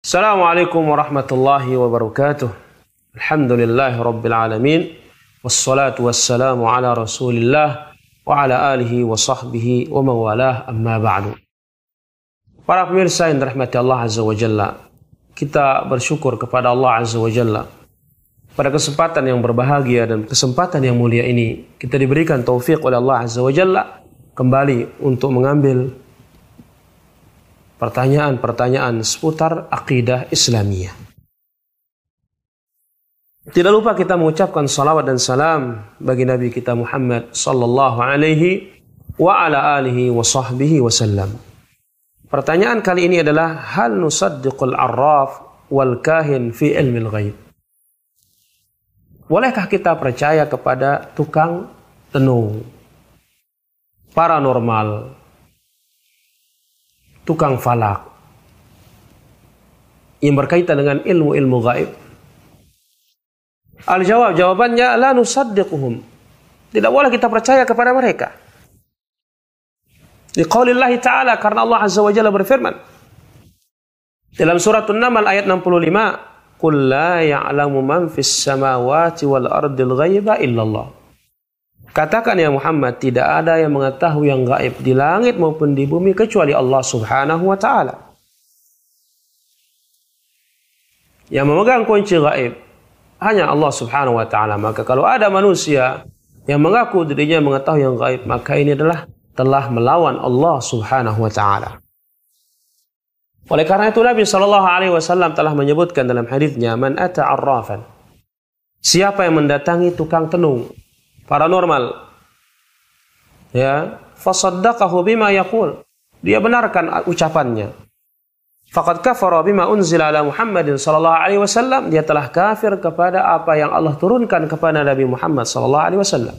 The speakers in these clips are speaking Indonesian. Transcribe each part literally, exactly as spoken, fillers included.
Assalamualaikum warahmatullahi wabarakatuh. Alhamdulillahi rabbil alamin. Wassalatu wassalamu ala rasulillah wa ala alihi wa sahbihi wa mawalah, amma ba'du. Para pemirsa yang dirahmati Allah Azza wa Jalla, kita bersyukur kepada Allah Azza wa Jalla pada kesempatan yang berbahagia dan kesempatan yang mulia ini kita diberikan taufik oleh Allah Azza wa Jalla kembali untuk mengambil pertanyaan-pertanyaan seputar akidah Islamiyah. Tidak lupa kita mengucapkan salawat dan salam bagi Nabi kita Muhammad sallallahu alaihi wa ala alihi wa sahbihi wasallam. Pertanyaan kali ini adalah, hal nusaddiqul arraf wal kahin fi ilmil ghaib? Bolehkah kita percaya kepada tukang tenung, paranormal, tukang falak yang berkaitan dengan ilmu-ilmu gaib? Al-jawab, jawabannya la nusaddiquhum. Tidak boleh kita percaya kepada mereka. Liqaulillahi ta'ala, karena Allah Azza wa Jalla berfirman dalam surat An-Naml ayat enam puluh lima, qul la ya'lamu man fis samawati wal ardil ghaiba illallah. Katakan ya Muhammad, tidak ada yang mengetahui yang gaib di langit maupun di bumi kecuali Allah Subhanahu wa ta'ala. Yang memegang kunci gaib hanya Allah Subhanahu wa ta'ala. Maka kalau ada manusia yang mengaku dirinya mengetahui yang gaib, maka ini adalah telah melawan Allah Subhanahu wa ta'ala. Oleh karena itu Nabi sallallahu alaihi wasallam telah menyebutkan dalam hadisnya, man ata arrafan, siapa yang mendatangi tukang tenung paranormal, ya, fasaddaqahu bima yaqul, dia benarkan ucapannya, faqad kafara bima unzila ala Muhammadin sallallahu alaihi wasallam, dia telah kafir kepada apa yang Allah turunkan kepada Nabi Muhammad sallallahu alaihi wasallam.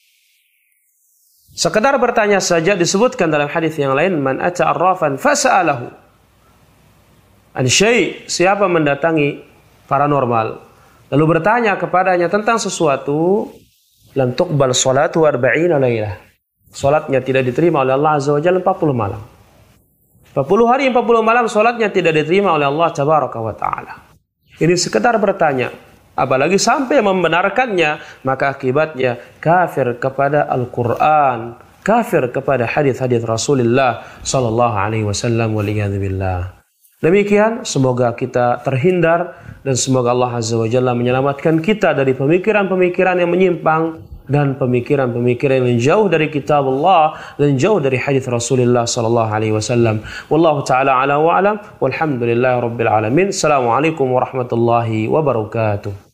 Sekedar bertanya saja disebutkan dalam hadis yang lain, man ata arrafan fasa'alahu an syai', siapa mendatangi paranormal lalu bertanya kepadanya tentang sesuatu, lam tuqbal salatu arba'ina lailah, salatnya tidak diterima oleh Allah Azza wa Jalla empat puluh malam. empat puluh hari empat puluh malam salatnya tidak diterima oleh Allah Tabaraka wa Ta'ala. Ini sekedar bertanya, apalagi sampai membenarkannya, maka akibatnya kafir kepada Al-Quran, kafir kepada hadis-hadis Rasulullah sallallahu alaihi wasallam, waliyadzubillah. Demikian, semoga kita terhindar dan semoga Allah Azza wa Jalla menyelamatkan kita dari pemikiran-pemikiran yang menyimpang dan pemikiran-pemikiran yang jauh dari kitab Allah dan jauh dari hadis Rasulullah sallallahu alaihi wasallam. Wallahu taala ala wa alam, walhamdulillahirabbil alamin. Assalamualaikum warahmatullahi wabarakatuh.